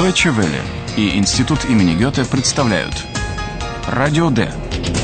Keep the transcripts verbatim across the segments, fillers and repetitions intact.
Deutsche Welle и Институт имени Гёте представляют Радио Д.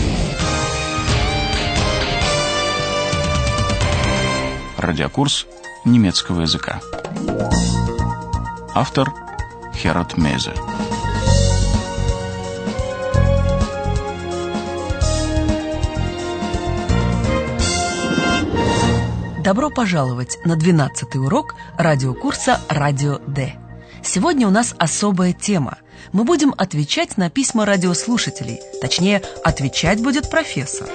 Радиокурс немецкого языка. Автор Херат Мейзе. Добро пожаловать на двенадцатый урок радиокурса «Радио Д». Сегодня у нас особая тема. Мы будем отвечать на письма радиослушателей. Точнее, отвечать будет профессор.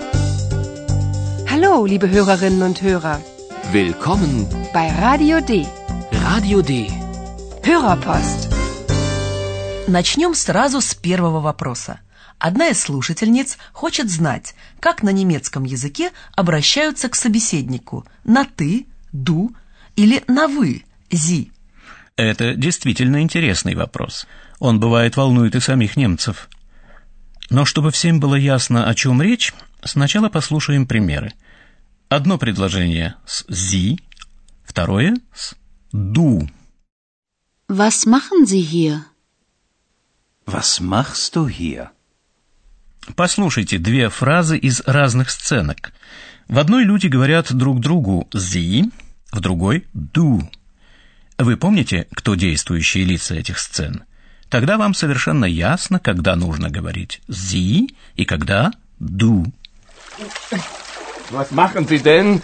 Hallo, liebe Hörerinnen und Hörer. Willkommen bei Radio D. Radio D. Hörerpost. Начнем сразу с первого вопроса. Одна из слушательниц хочет знать, как на немецком языке обращаются к собеседнику на «ты», «ду» или на «вы», «зи». Это действительно интересный вопрос. Он, бывает, волнует и самих немцев. Но чтобы всем было ясно, о чем речь, сначала послушаем примеры. Одно предложение с «зи», второе с «ду». Was machen Sie hier? Was machst du hier? Послушайте две фразы из разных сценок. В одной люди говорят друг другу «зи», в другой «ду». Вы помните, кто действующие лица этих сцен? Тогда вам совершенно ясно, когда нужно говорить «зи» и когда «ду». Was machen Sie denn?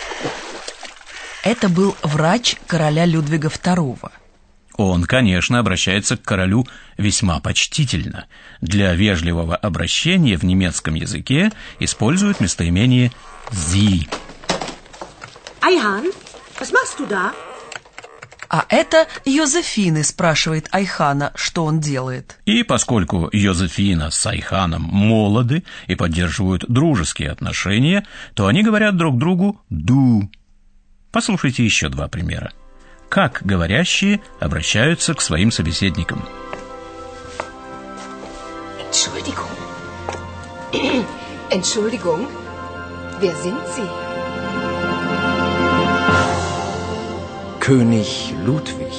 Это был врач короля Людвига второго. Он, конечно, обращается к королю весьма почтительно. Для вежливого обращения в немецком языке используют местоимение «зи». Айхан, was machst du da? А это Йозефины спрашивает Айхана, что он делает. И поскольку Йозефина с Айханом молоды и поддерживают дружеские отношения, то они говорят друг другу «ду». Послушайте еще два примера. Как говорящие обращаются к своим собеседникам? Entschuldigung. Entschuldigung. Wer sind Sie? König Ludwig.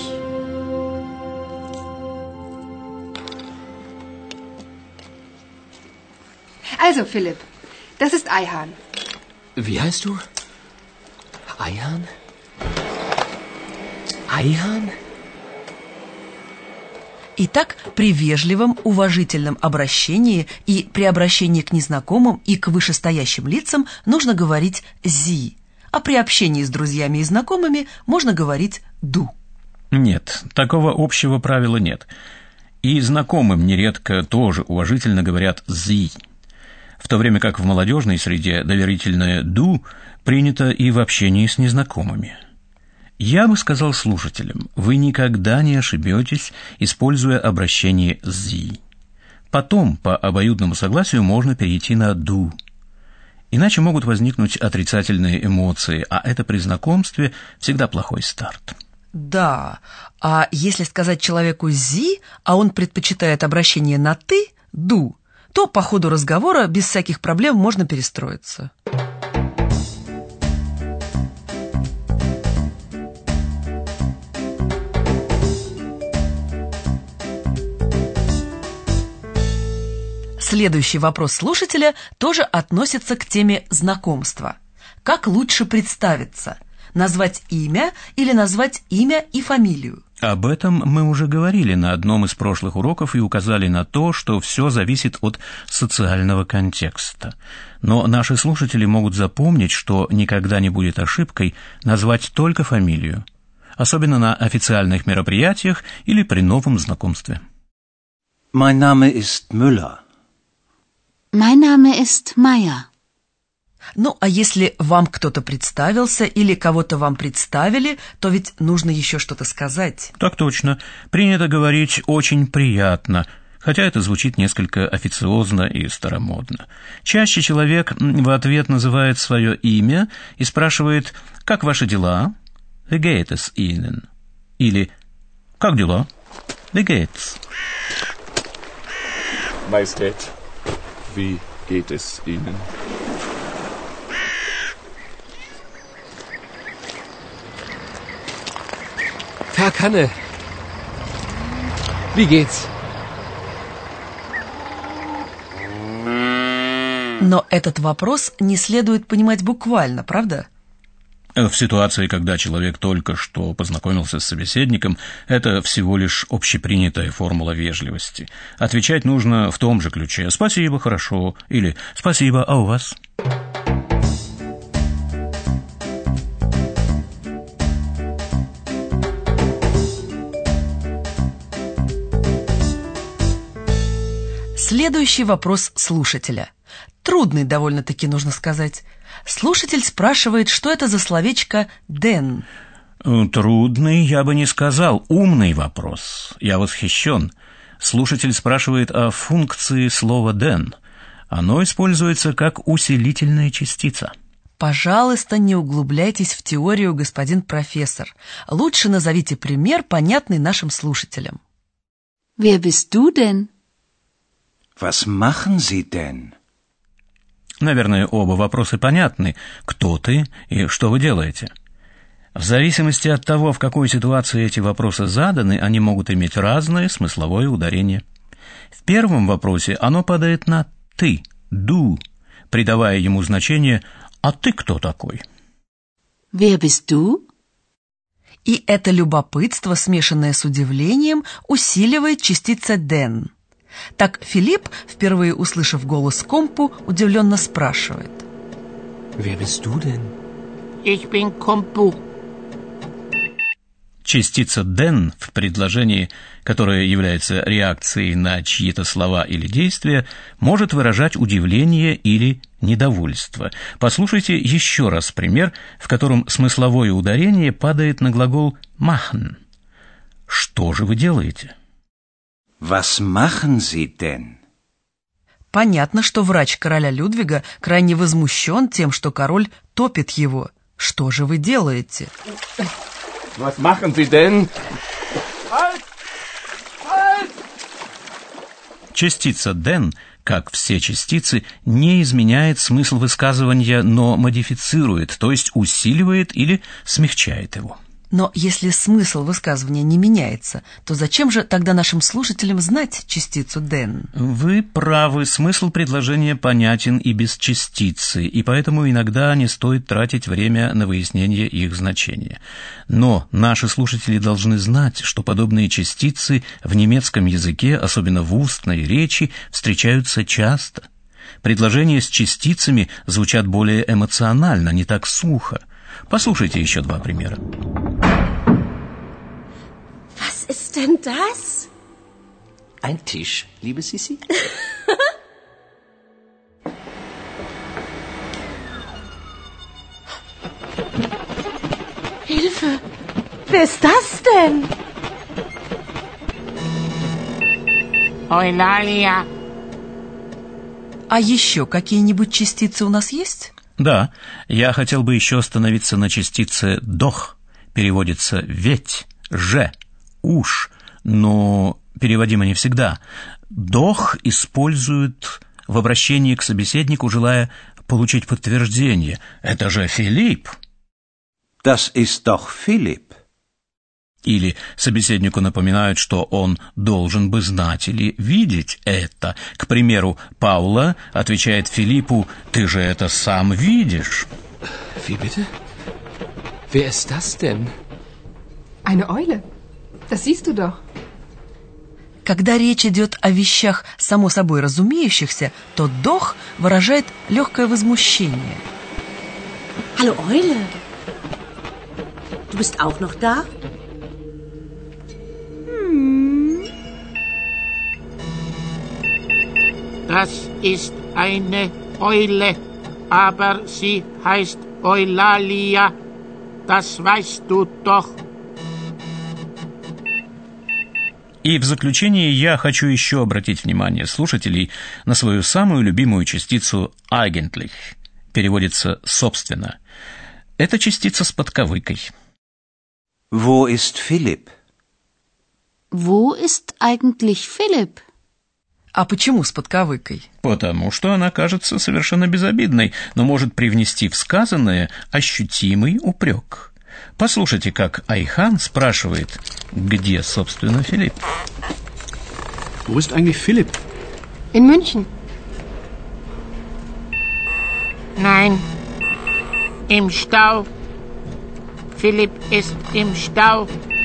Also, Philipp, das ist Ayhan. Wie heißt du? Ayhan? Ayhan? Итак, при вежливом, уважительном обращении и при обращении к незнакомым и к вышестоящим лицам нужно говорить «зи», а при общении с друзьями и знакомыми можно говорить «ду». Нет, такого общего правила нет. И знакомым нередко тоже уважительно говорят «зи», в то время как в молодежной среде доверительное «ду» принято и в общении с незнакомыми. Я бы сказал слушателям, вы никогда не ошибетесь, используя обращение «зи». Потом, по обоюдному согласию, можно перейти на «ду». Иначе могут возникнуть отрицательные эмоции, а это при знакомстве всегда плохой старт. Да, а если сказать человеку «зи», а он предпочитает обращение на «ты», «ду», то по ходу разговора без всяких проблем можно перестроиться. Следующий вопрос слушателя тоже относится к теме знакомства. Как лучше представиться? Назвать имя или назвать имя и фамилию? Об этом мы уже говорили на одном из прошлых уроков и указали на то, что все зависит от социального контекста. Но наши слушатели могут запомнить, что никогда не будет ошибкой назвать только фамилию, особенно на официальных мероприятиях или при новом знакомстве. Mein Name ist Müller. Mein Name ist Meier. Ну, а если вам кто-то представился или кого-то вам представили, то ведь нужно еще что-то сказать. Так точно. Принято говорить «очень приятно», хотя это звучит несколько официозно и старомодно. Чаще человек в ответ называет свое имя и спрашивает «Как ваши дела?» «Wie geht es Ihnen?» Или «Как дела?» «Wie geht's?» Majestät, wie geht es Ihnen? Tag, Hanne. Wie geht's? Но этот вопрос не следует понимать буквально, правда? В ситуации, когда человек только что познакомился с собеседником, это всего лишь общепринятая формула вежливости. Отвечать нужно в том же ключе: «Спасибо, хорошо» или «Спасибо, а у вас?» Следующий вопрос слушателя. Трудный довольно-таки, нужно сказать. Слушатель спрашивает, что это за словечко «ден». Трудный, я бы не сказал, умный вопрос. Я восхищен. Слушатель спрашивает о функции слова «ден». Оно используется как усилительная частица. Пожалуйста, не углубляйтесь в теорию, господин профессор. Лучше назовите пример, понятный нашим слушателям. Wer bist du denn? Was machen Sie denn? Наверное, оба вопроса понятны. Кто ты и что вы делаете? В зависимости от того, в какой ситуации эти вопросы заданы, они могут иметь разное смысловое ударение. В первом вопросе оно падает на «ты», «du», придавая ему значение «а ты кто такой?» Wer bist du? И это любопытство, смешанное с удивлением, усиливает частица «den». Так Филипп, впервые услышав голос Компу, удивленно спрашивает. Wer bist du denn? Ich bin Kompu. Частица «den» в предложении, которое является реакцией на чьи-то слова или действия, может выражать удивление или недовольство. Послушайте еще раз пример, в котором смысловое ударение падает на глагол «machen». Что же вы делаете? Was machen Sie denn? Понятно, что врач короля Людвига крайне возмущен тем, что король топит его. Что же вы делаете? Was machen Sie denn? Halt! Halt! Частица «den», как все частицы, не изменяет смысл высказывания, но модифицирует, то есть усиливает или смягчает его. Но если смысл высказывания не меняется, то зачем же тогда нашим слушателям знать частицу «den»? Вы правы, смысл предложения понятен и без частицы, и поэтому иногда не стоит тратить время на выяснение их значения. Но наши слушатели должны знать, что подобные частицы в немецком языке, особенно в устной речи, встречаются часто. Предложения с частицами звучат более эмоционально, не так сухо. Послушайте еще два примера. Was ist denn das? Ein Tisch, liebe Sissi? Hilfe! Wer ist das denn? Eulalia. А еще какие-нибудь частицы у нас есть? Да, я хотел бы еще остановиться на частице «doch». Переводится «ведь», «же», «уж», но переводимо не всегда. «Doch» используют в обращении к собеседнику, желая получить подтверждение. Это же Филипп. Das ist doch Philipp. Или собеседнику напоминают, что он должен бы знать или видеть это. К примеру, Паула отвечает Филиппу: «Ты же это сам видишь». Wie bitte? Wer ist das denn? Eine Eule. Das siehst du doch. Когда rечь идет о вещах само собой разумеющихся, то «doch» выражает легкое возмущение. Hallo Eule. Du bist auch noch da? Das ist eine Eule, aber sie heißt Eulalia. Das weißt du doch. И в заключение я хочу еще обратить внимание слушателей на свою самую любимую частицу «eigentlich». Переводится «собственно». Это частица с подковыкой. Wo ist Philipp? Wo ist eigentlich Philipp? А почему с подковыкой? Потому что она кажется совершенно безобидной, но может привнести в сказанное ощутимый упрек. Послушайте, как Айхан спрашивает, где, собственно, Филипп. Wo ist eigentlich Philipp? In München. Nein, im Stau. Philipp ist im Stau.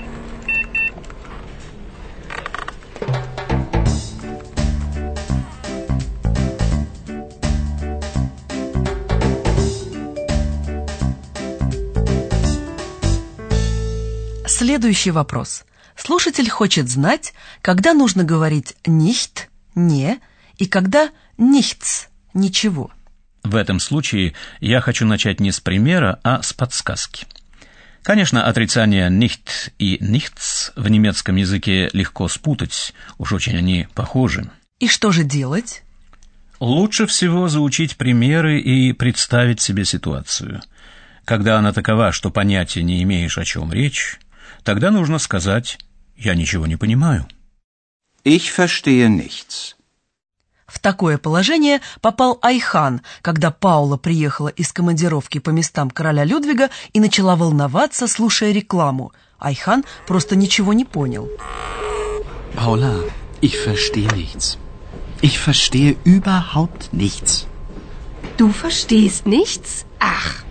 Следующий вопрос. Слушатель хочет знать, когда нужно говорить «nicht» – «не» и когда «nichts» – «ничего». В этом случае я хочу начать не с примера, а с подсказки. Конечно, отрицания «nicht» и «nichts» в немецком языке легко спутать, уж очень они похожи. И что же делать? Лучше всего заучить примеры и представить себе ситуацию. Когда она такова, что понятия не имеешь, о чем речь, тогда нужно сказать «я ничего не понимаю». Ich verstehe nichts. В такое положение попал Айхан, когда Паула приехала из командировки по местам короля Людвига и начала волноваться, слушая рекламу. Айхан просто ничего не понял. Paula, ich verstehe nichts. Ich verstehe überhaupt nichts. Du verstehst nichts? Ach.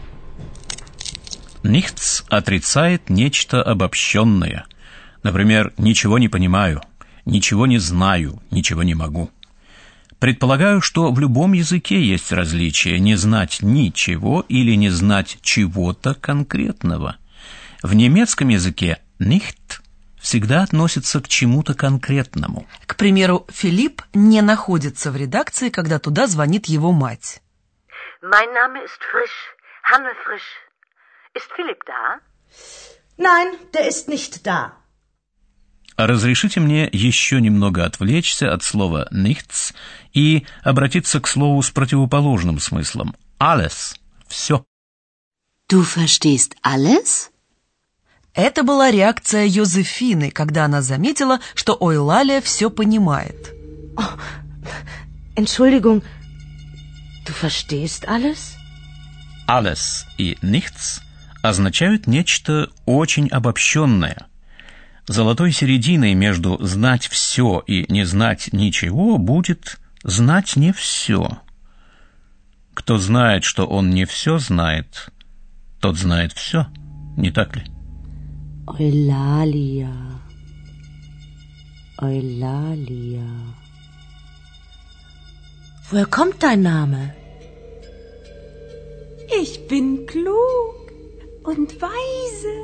«Nichts» отрицает нечто обобщенное. Например, «ничего не понимаю», «ничего не знаю», «ничего не могу». Предполагаю, что в любом языке есть различие не знать ничего или не знать чего-то конкретного. В немецком языке «nicht» всегда относится к чему-то конкретному. К примеру, Филипп не находится в редакции, когда туда звонит его мать. Mein Name ist Frisch, Hanne Frisch. Ist Philipp da? Nein, der ist nicht da. Разрешите мне еще немного отвлечься от слова «nichts» и обратиться к слову с противоположным смыслом. «Alles» — «все». Du verstehst alles? Это была реакция Йозефины, когда она заметила, что Эулалия все понимает. Oh, Entschuldigung, du verstehst alles? «Alles» и «nichts» означают нечто очень обобщенное. Золотой серединой между «знать все» и «не знать ничего» будет «знать не все». Кто знает, что он не все знает, тот знает все, не так ли? Eulalia. Eulalia. Woher kommt dein Name? Ich bin klug und weise.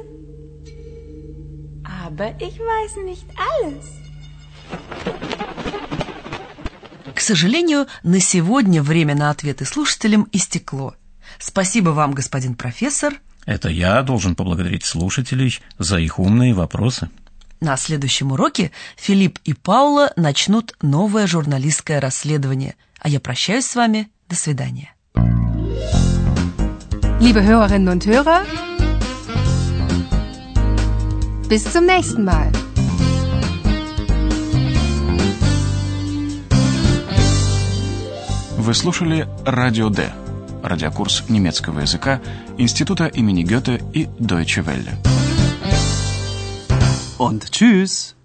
Aber ich weiß nicht alles. К сожалению, на сегодня время на ответы слушателям истекло. Спасибо вам, господин профессор. Это я должен поблагодарить слушателей за их умные вопросы. На следующем уроке Филипп и Паула начнут новое журналистское расследование. А я прощаюсь с вами. До свидания. Liebe Hörerinnen und Hörer, bis zum nächsten Mal. Вы слушали Радио Д, радиокурс немецкого языка Института имени Гёте и Deutsche Welle. Und tschüss.